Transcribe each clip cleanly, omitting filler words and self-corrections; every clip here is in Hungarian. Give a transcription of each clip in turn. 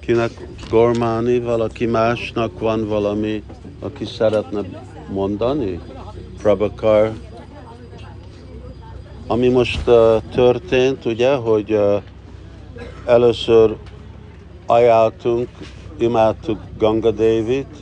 valakinek Gormani, valaki másnak van valami, aki szeretne mondani? Prabhakar. Ami most történt, ugye, hogy először ajánltunk, imádtuk Ganga Devit,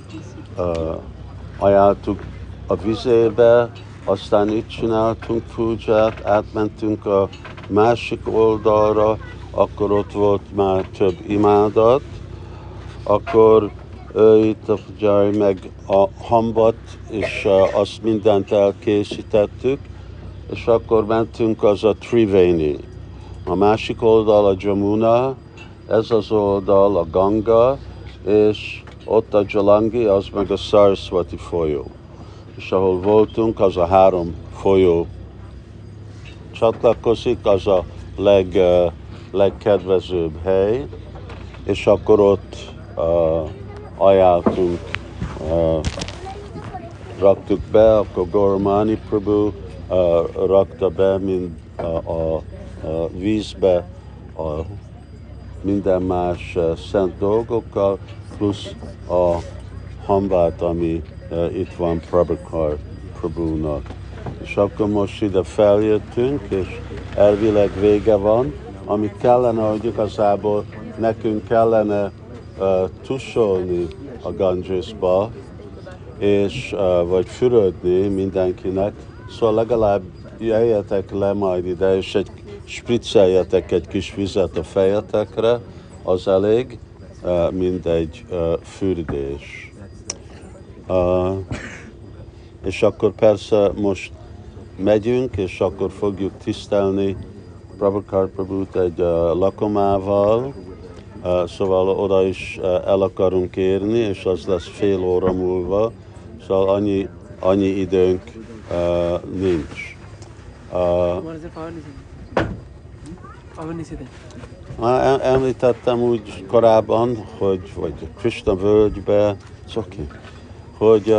ajánltuk a vizébe, aztán itt csináltunk púdzsát, átmentünk a másik oldalra, akkor ott volt már több imádat, akkor itt a Pujari meg a hambat, és azt mindent elkészítettük, és akkor mentünk az a Triveni. A másik oldal a Jamuna, ez az oldal a Ganga, és ott a Jalangi, az meg a Saraswati folyó. És ahol voltunk, az a három folyó csatlakozik, az a legkedvezőbb hely, és akkor ott ajánltunk, raktuk be, akkor Gormani Prabhu rakta be a vízbe a minden más szent dolgokkal, plusz a hambát, ami itt van Prabhakar Prabhunak. És akkor most ide feljöttünk, és elvileg vége van, amit kellene, hogy igazából nekünk kellene tusolni a Gangesba, és vagy fürödni mindenkinek, szóval legalább jöjjetek le majd ide, és spricceljetek egy kis vizet a fejetekre, az elég, mint egy fürdés. És akkor persze most megyünk, és akkor fogjuk tisztelni Prabhakar Prabhut egy lakomával, szóval oda is el akarunk érni, és az lesz fél óra múlva, szóval annyi időnk nincs. Említettem úgy korábban, hogy Krishna völgybe, hogy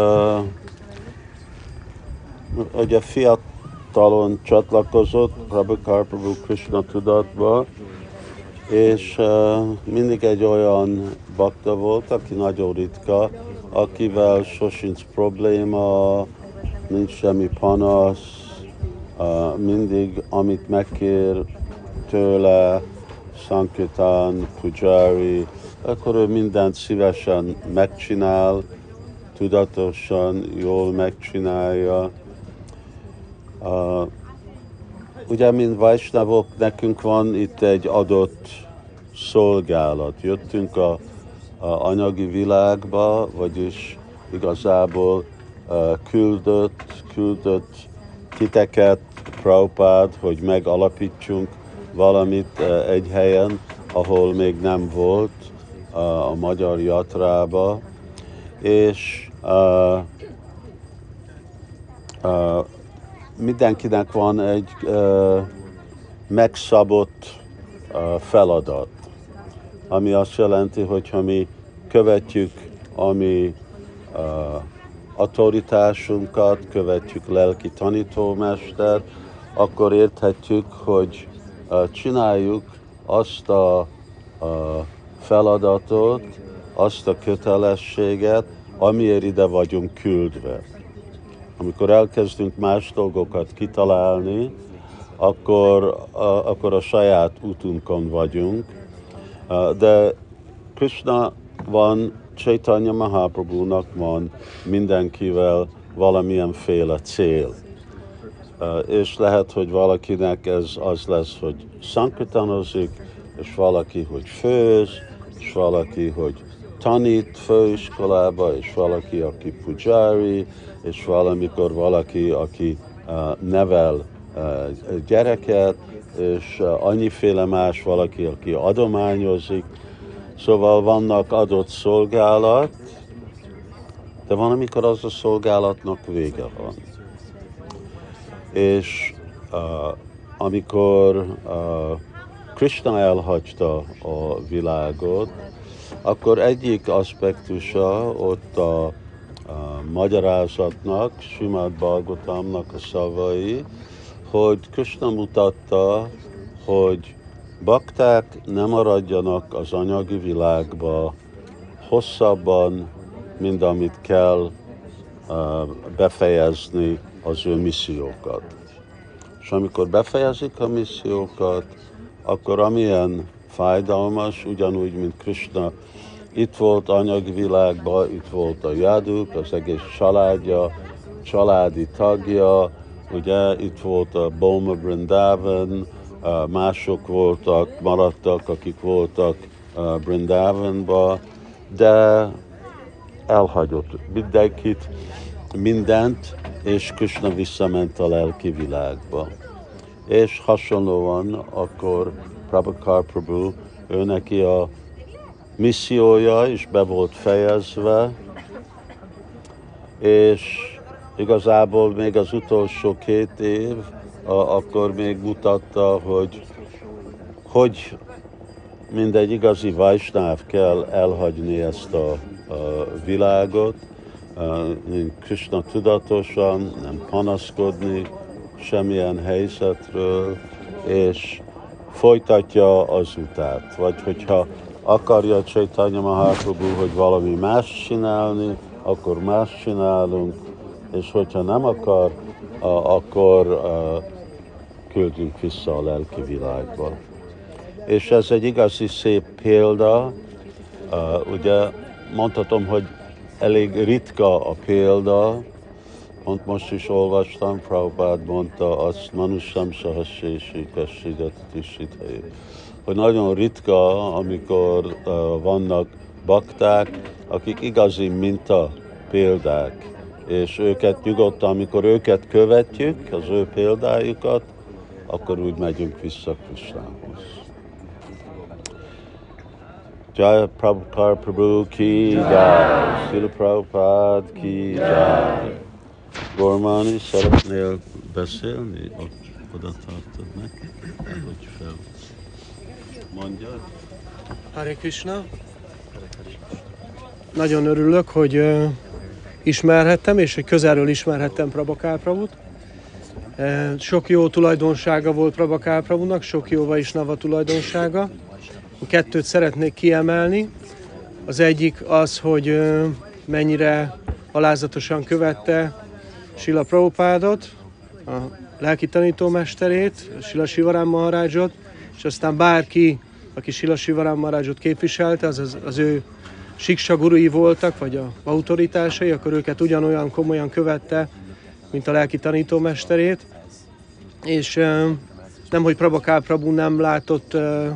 a fiatalon csatlakozott Prabhakar Prabhu Krishna tudatba, és mindig egy olyan bakta volt, aki nagyon ritka, akivel sosincs probléma, nincs semmi panasz, mindig amit megkér tőle, Sankirtan, Pujari, akkor ő mindent szívesen megcsinál, tudatosan, jól megcsinálja. Ugye, mint Vaisnavok, nekünk van itt egy adott szolgálat. Jöttünk a anyagi világba, vagyis igazából küldött titeket Prabhupád, hogy megalapítsunk valamit egy helyen, ahol még nem volt, a magyar jatrába, és mindenkinek van egy megszabott feladat, ami azt jelenti, hogy ha mi követjük a mi autoritásunkat, követjük lelki tanítómester, akkor érthetjük, hogy csináljuk azt a feladatot, azt a kötelességet, amiért ide vagyunk küldve. Amikor elkezdünk más dolgokat kitalálni, akkor a saját útunkon vagyunk, de Krishna van, Chaitanya Mahaprabhunak van mindenkivel valamilyenféle cél. És lehet, hogy valakinek ez az lesz, hogy szankirtanozik, és valaki, hogy főz, és valaki, hogy tanít főiskolába, és valaki, aki pujari, és valamikor valaki, aki nevel gyereket, és annyiféle más valaki, aki adományozik. Szóval vannak adott szolgálat, de van, amikor az a szolgálatnak vége van. És amikor Krishna elhagyta a világot, akkor egyik aspektusa ott a magyarázatnak, Srimad Bhagavatamnak a szavai, hogy Krishna mutatta, hogy bakták nem maradjanak az anyagi világba hosszabban, mint amit kell befejezni az ő missziókat. És amikor befejezik a missziókat, akkor amilyen fájdalmas, ugyanúgy, mint Krishna itt volt anyagi világban, itt volt a Yaduk, az egész családja, családi tagja, ugye itt volt a Boma Brindavan, mások voltak, maradtak, akik voltak Brindavanba, de elhagyott mindenkit, mindent, és Krishna visszament a lelki világba. És hasonlóan akkor Prabhakar Prabhu, ő neki a missziója is be volt fejezve, és igazából még az utolsó 2 év, akkor még mutatta, hogy mindegy igazi vajsnáv kell elhagyni ezt a világot, Krishna tudatosan, nem panaszkodni semmilyen helyzetről, és folytatja az utát. Vagy hogyha akarja Chaitanya Mahaprabhu, hogy valami más csinálni, akkor más csinálunk, és hogyha nem akar, akkor küldünk vissza a lelki világba. És ez egy igazi szép példa, ugye mondhatom, hogy elég ritka a példa, pont most is olvastam, Prabhupád mondta azt, Manusham Sahassési Kassidatishithai, hogy nagyon ritka, amikor vannak bakták, akik igazi minta példák, és őket nyugodtan, amikor őket követjük, az ő példájukat, akkor úgy megyünk vissza Krishnához. Jai Prabhupada Prabhu ki jai, Srila Prabhupada ki jai. Gormani, szeretnél beszélni? Oda tartod neki? Hogy fel. Mondjad. Hare Krishna. Nagyon örülök, hogy ismerhettem, és hogy közelről ismerhettem Prabhakár Prabhut. Sok jó tulajdonsága volt Prabhakár Prabhunak, sok jó Vaisnava tulajdonsága. 2 szeretnék kiemelni. Az egyik az, hogy mennyire alázatosan követte Srila Prabhupádot, a lelki tanítómesterét, Srila Sivaram Maharajot, és aztán bárki, aki Srila Sivaram Maharajot képviselte, az ő siksa gurui voltak, vagy a autoritásai, akkor őket ugyanolyan komolyan követte, mint a lelki tanítómesterét. És nemhogy Prabhakár Prabhu nem látott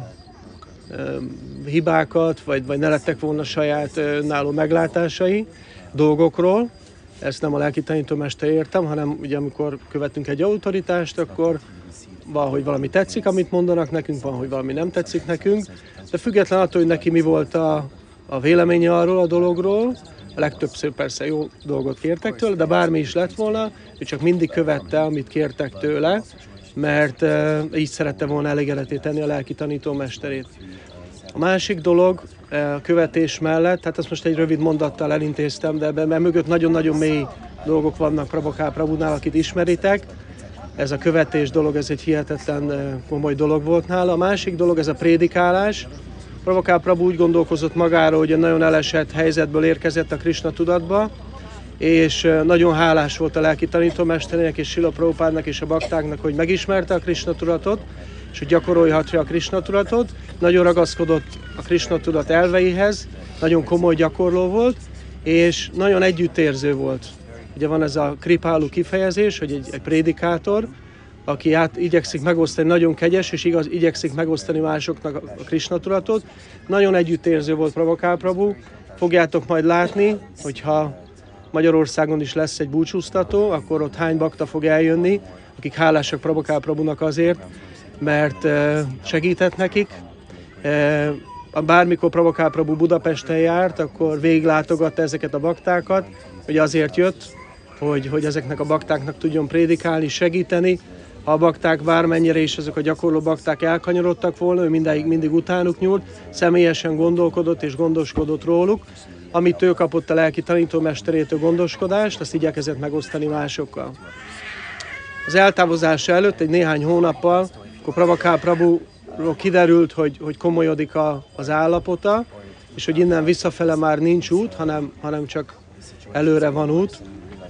hibákat, vagy ne lettek volna saját náló meglátásai dolgokról. Ezt nem a lelki tanítómester értem, hanem ugye amikor követünk egy autoritást, akkor van, hogy valami tetszik, amit mondanak nekünk, van, hogy valami nem tetszik nekünk, de független attól, hogy neki mi volt a véleménye arról a dologról, a legtöbbször persze jó dolgot kértek tőle, de bármi is lett volna, ő csak mindig követte, amit kértek tőle, mert így szerette volna elégedetté tenni a lelki tanítómesterét. A másik dolog a követés mellett, hát azt most egy rövid mondattal elintéztem, de ebben mögött nagyon-nagyon mély dolgok vannak Prabhakár Prabhunál, akit ismeritek. Ez a követés dolog, ez egy hihetetlen komoly dolog volt nála. A másik dolog, ez a prédikálás. Prabhakár Prabhu úgy gondolkozott magáról, hogy egy nagyon elesett helyzetből érkezett a Krishna tudatba, és nagyon hálás volt a lelki tanítómesternek és Srila Prabhupádnak és a baktáknak, hogy megismerte a Krishna tudatot, és hogy gyakorolhatja a Krishna tudatot. Nagyon ragaszkodott a Krishna tudat elveihez, nagyon komoly gyakorló volt, és nagyon együttérző volt. Ugye van ez a kripálú kifejezés, hogy egy prédikátor, aki igyekszik megosztani, nagyon kegyes, és igyekszik megosztani másoknak a Krishna tudatot. Nagyon együttérző volt Prabhakár Prabhu. Fogjátok majd látni, hogyha Magyarországon is lesz egy búcsúztató, akkor ott hány bakta fog eljönni, akik hálásak Prabhakár Prabhunak azért, mert segített nekik. Bármikor Prabhakár Prabhu Budapesten járt, akkor végiglátogatta ezeket a baktákat, hogy azért jött, hogy ezeknek a baktáknak tudjon prédikálni, segíteni. Ha a bakták bármennyire is azok a gyakorló bakták elkanyarodtak volna, ő mindig utánuk nyúlt, személyesen gondolkodott és gondoskodott róluk. Amit ő kapott a lelki tanítómesterétől gondoskodást, azt igyekezett megosztani másokkal. Az eltávozása előtt egy néhány hónappal, akkor Prabhakár Prabhu kiderült, hogy komolyodik az állapota, és hogy innen visszafele már nincs út, hanem csak előre van út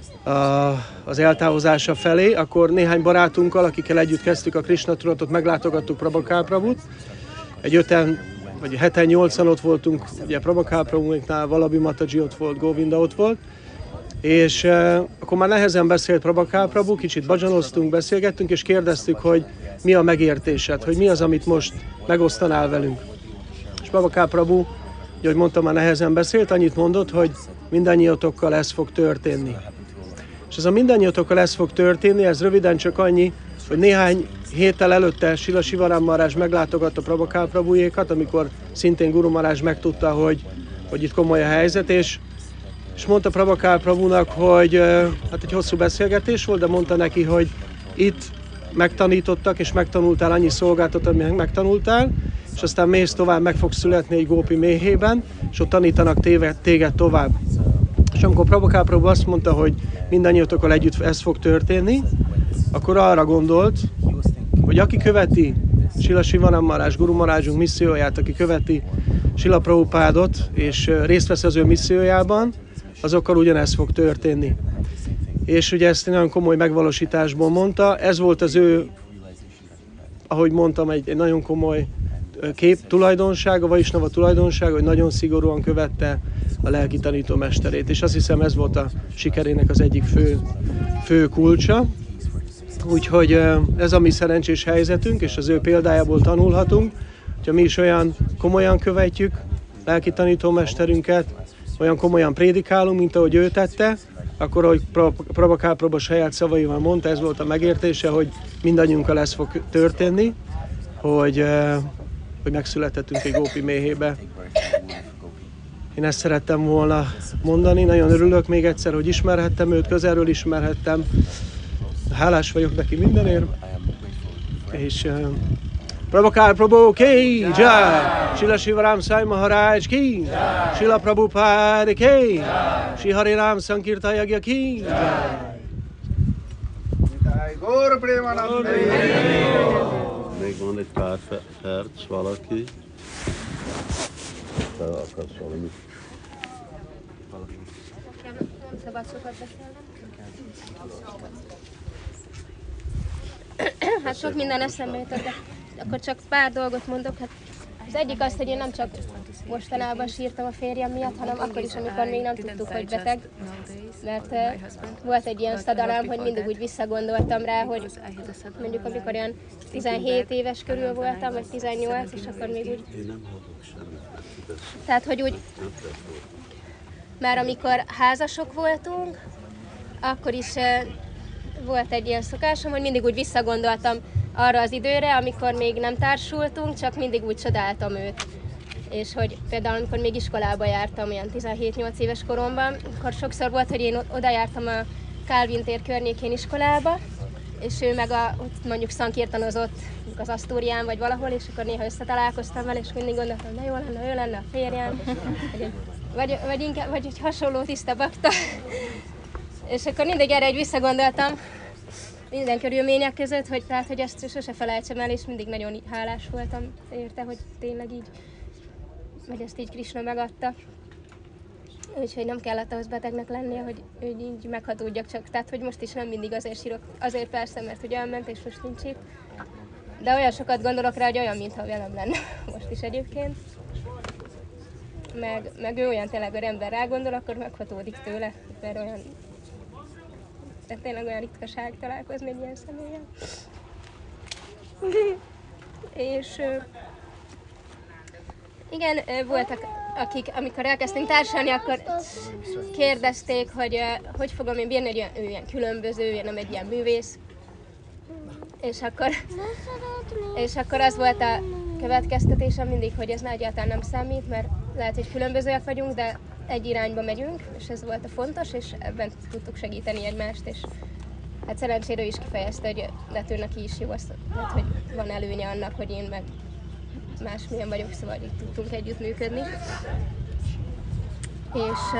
az eltávozása felé, akkor néhány barátunkkal, akikkel együtt kezdtük a Krishna tudatot, meglátogattuk Prabhakál Prabhut. Egy 5-en vagy 7-en, 8-an ott voltunk, ugye Prabhakál Prabhunknál, Valabi Mataji ott volt, Govinda ott volt, és akkor már nehezen beszélt Prabhakál Prabhu, kicsit badzsanoztunk, beszélgettünk, és kérdeztük, hogy mi a megértésed, hogy mi az, amit most megosztanál velünk. És Prabhakál Prabhu, ahogy mondtam, már nehezen beszélt, annyit mondott, hogy mindannyiatokkal ez fog történni. És ez a mindannyiatokkal ez fog történni, ez röviden csak annyi, hogy néhány héttel előtte Srila Sivaram Maharaj meglátogatta Prabhakál Prabhujékat, amikor szintén Guru Maharaj megtudta, hogy itt komoly a helyzet, és mondta Prabhakál Prabhunak, hogy hát egy hosszú beszélgetés volt, de mondta neki, hogy itt megtanítottak, és megtanultál annyi szolgáltat, amit megtanultál, és aztán mész tovább, meg fogsz születni egy gópi méhében, és ott tanítanak téged tovább. És amikor Prabhakál Prabhu azt mondta, hogy mindannyiatokkal együtt ez fog történni, akkor arra gondolt, hogy aki követi Srila Sivaram Maharaj, Guru Maharajunk misszióját, aki követi Srila Prabhupádot, és részt vesz az ő missziójában, azokkal ugyanez fog történni. És ugye ezt nagyon komoly megvalósításból mondta, ez volt az ő, ahogy mondtam, egy nagyon komoly kép tulajdonsága, Vaisnava tulajdonsága, hogy nagyon szigorúan követte a lelki tanítómesterét, és azt hiszem ez volt a sikerének az egyik fő kulcsa. Úgyhogy ez a mi szerencsés helyzetünk, és az ő példájából tanulhatunk, hogyha mi is olyan komolyan követjük lelki tanítómesterünket, olyan komolyan prédikálunk, mint ahogy ő tette, akkor, ahogy Prabhakál Prabhu saját szavaival mondta, ez volt a megértése, hogy mindannyiunkkal ez fog történni, hogy megszületettünk egy gópi méhébe. Én ezt szerettem volna mondani, nagyon örülök még egyszer, hogy ismerhettem őt, közelről ismerhettem. Hálás vagyok neki mindenért. És Prabhakál Prabhu ki jai, Srila Sivaram Sai Maharaj ki, Srila Prabhupada ki, Sri Hari Ram Sankirtayagya ki jai. Gaur Premanand. Még van egy pár perc valaki. Te akarsz valamit? Nem szabad sokat beszélnem. Hát sok minden eszembe jutott, de akkor csak pár dolgot mondok. Hát az egyik az, hogy én nem csak mostanában sírtam a férjem miatt, hanem akkor is, amikor még nem tudtuk, hogy beteg. Mert volt egy ilyen szadalám, hogy mindig úgy visszagondoltam rá, hogy mondjuk amikor olyan 17 éves körül voltam, vagy 18, és akkor még úgy... Tehát, hogy úgy... Már amikor házasok voltunk, akkor is volt egy ilyen szokásom, hogy mindig úgy visszagondoltam arra az időre, amikor még nem társultunk, csak mindig úgy csodáltam őt. És hogy például amikor még iskolába jártam, olyan 17-8 éves koromban, akkor sokszor volt, hogy én oda jártam a Kálvin tér környékén iskolába, és ő meg ott mondjuk szankirtanozott az Asztórián vagy valahol, és akkor néha összetalálkoztam vele, és mindig gondoltam, na jó lenne, ő lenne a férjem, vagy egy hasonló tiszta bakta. És akkor mindig erre egy visszagondoltam, minden körülmények között, hogy ezt sose felejtsem el, és mindig nagyon hálás voltam érte, hogy tényleg így, vagy ezt így Krishna megadta. Úgyhogy nem kellett ahhoz betegnek lennie, hogy így meghatódjak csak. Tehát, hogy most is nem mindig azért sírok, azért persze, mert hogy elment, és most nincs itt. De olyan sokat gondolok rá, hogy olyan, mintha velem lenne most is egyébként. Meg ő olyan tényleg, hogy ember rágondol, akkor meghatódik tőle, mert olyan... Tehát tényleg olyan ritkaság találkozni egy ilyen személlyel. És igen, voltak, akik amikor elkezdtünk társalni, akkor kérdezték, hogy fogom én bírni, hogy ő ilyen különböző, nem egy ilyen művész. És akkor az volt a következtetésem mindig, hogy ez egyáltalán nem számít, mert lehet, hogy különbözőek vagyunk, de egy irányba megyünk, és ez volt a fontos, és ebben tudtuk segíteni egymást, és hát szerencsére ő is kifejezte, hogy lehet ő neki is jó, hát, hogy van előnye annak, hogy én meg másmilyen vagyok, szóval így tudtunk együttműködni. És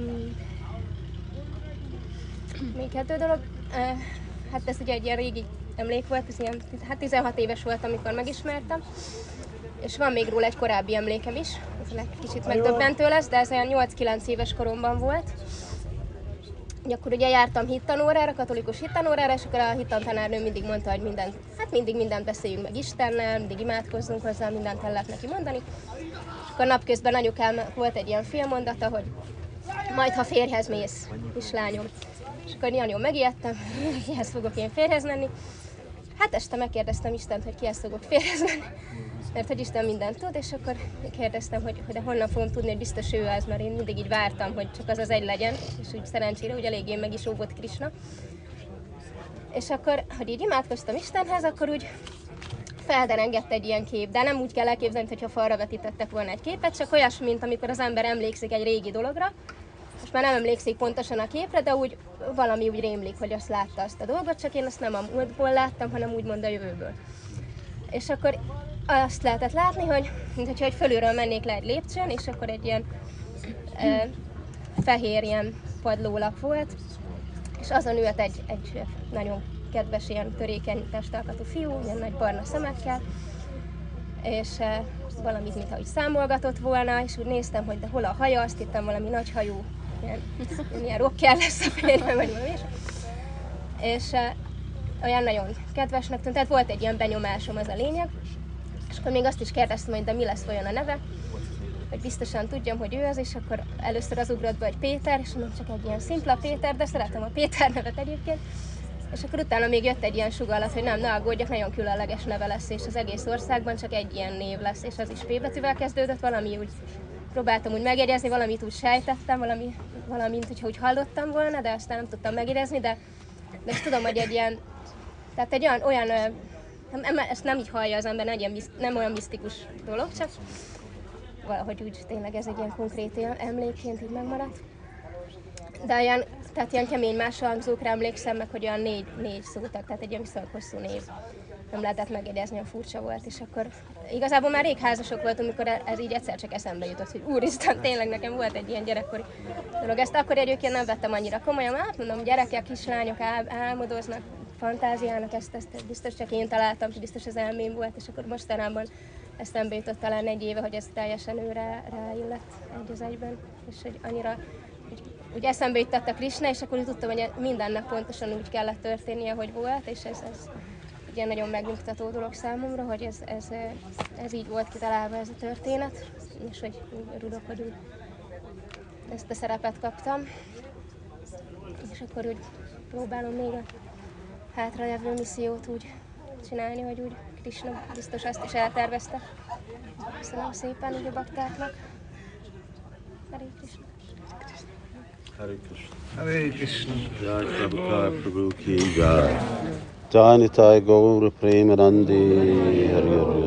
még 2 dolog, hát ez ugye egy ilyen régi emlék volt, ez ilyen, hát 16 éves voltam, amikor megismertem. És van még róla egy korábbi emlékem is, ez kicsit megdöbbentő lesz, de ez olyan 8-9 éves koromban volt. Akkor ugye jártam hittanórára, katolikus hittanórára, és akkor a hittantanárnő mindig mondta, hogy mindig mindent beszéljünk meg Istennel, mindig imádkozzunk hozzá, mindent el lehet neki mondani. És akkor napközben anyukám volt egy ilyen félmondata, hogy majd ha férjhez mész, kislányom. És akkor anyóm megijedtem, kihez fogok én férjhez menni. Hát este megkérdeztem Istent, hogy kihez fogok férjhez menni, mert hogy Isten mindent tud, és akkor kérdeztem, hogy de honnan fogom tudni, hogy biztos ő az, mert én mindig így vártam, hogy csak az egy legyen, és úgy szerencsére, úgy eléggé meg is óvott Krisna. És akkor, hogy így imádkoztam Istenhez, akkor úgy felderengett egy ilyen kép, de nem úgy kell elképzelni, hogyha falra vetítettek volna egy képet, csak olyasmi, mint amikor az ember emlékszik egy régi dologra, most már nem emlékszik pontosan a képre, de úgy valami úgy rémlik, hogy azt látta azt a dolgot, csak én azt nem a múltból láttam, hanem úgymond a jövőből. És akkor azt lehetett látni, hogy mintha egy fölülről mennék le egy lépcsőn, és akkor egy ilyen fehér ilyen padlólap volt, és azon ült egy nagyon kedves, ilyen törékeny testalkatú fiú, ilyen nagy barna szemekkel, és valamit, mintha úgy számolgatott volna, és úgy néztem, hogy de hol a haja, azt hittem valami nagy hajú, ilyen rocker lesz a férjem, vagy valami is. És olyan nagyon kedvesnek tűnt, tehát volt egy ilyen benyomásom, az a lényeg. És akkor még azt is kérdeztem, hogy de mi lesz olyan a neve, hogy biztosan tudjam, hogy ő az, és akkor először az ugrott be, hogy Péter, és mondom, csak egy ilyen szimpla Péter, de szeretem a Péter nevet egyébként. És akkor utána még jött egy ilyen sugallat, hogy nem, ne aggódjak, nagyon különleges neve lesz, és az egész országban csak egy ilyen név lesz, és az is P betűvel kezdődött, valami úgy próbáltam úgy megjegyezni, valamit úgy sejtettem, valamint, hogyha úgy hallottam volna, de aztán nem tudtam megjegyezni, de és tudom, hogy egy ilyen, tehát egy olyan ezt nem így hallja az ember, nem olyan misztikus dolog, csak valahogy úgy tényleg ez egy ilyen konkrét emlékként így megmaradt. De olyan, tehát ilyen kemény máshangzókra emlékszem meg, hogy olyan négy szótag, tehát egy ilyen viszonylag hosszú név. Nem lehetett megjegyezni, olyan furcsa volt, és akkor igazából már rég házasok voltunk, amikor ez így egyszer csak eszembe jutott, hogy úristen, tényleg nekem volt egy ilyen gyerekkori dolog. Ezt akkor egyébként nem vettem annyira komolyan, hát mondom, gyerekek, kislányok álmodoznak, fantáziának, ezt biztos csak én találtam, biztos az elmém volt, és akkor mostanában eszembe jutott talán egy éve, hogy ez teljesen őre ráillett egy az egyben, és hogy annyira úgy eszembe jutott a Krisna, és akkor úgy tudtam, hogy mindennek pontosan úgy kellett történnie, hogy volt, és ez egy ilyen nagyon megnyugtató dolog számomra, hogy ez így volt kitalálva ez a történet, és hogy örülök, hogy úgy ezt a szerepet kaptam, és akkor úgy próbálom még a hátralevő missziót úgy csinálni, hogy úgy Krisna biztos azt is eltervezte. Köszönöm szépen így a baktáknak. Hare Krishna. Hare Krishna. Hare Krishna. Jai Prabhupada Prabhu ki jai. Jai Nitai Gaura Premanandi Hare Hare.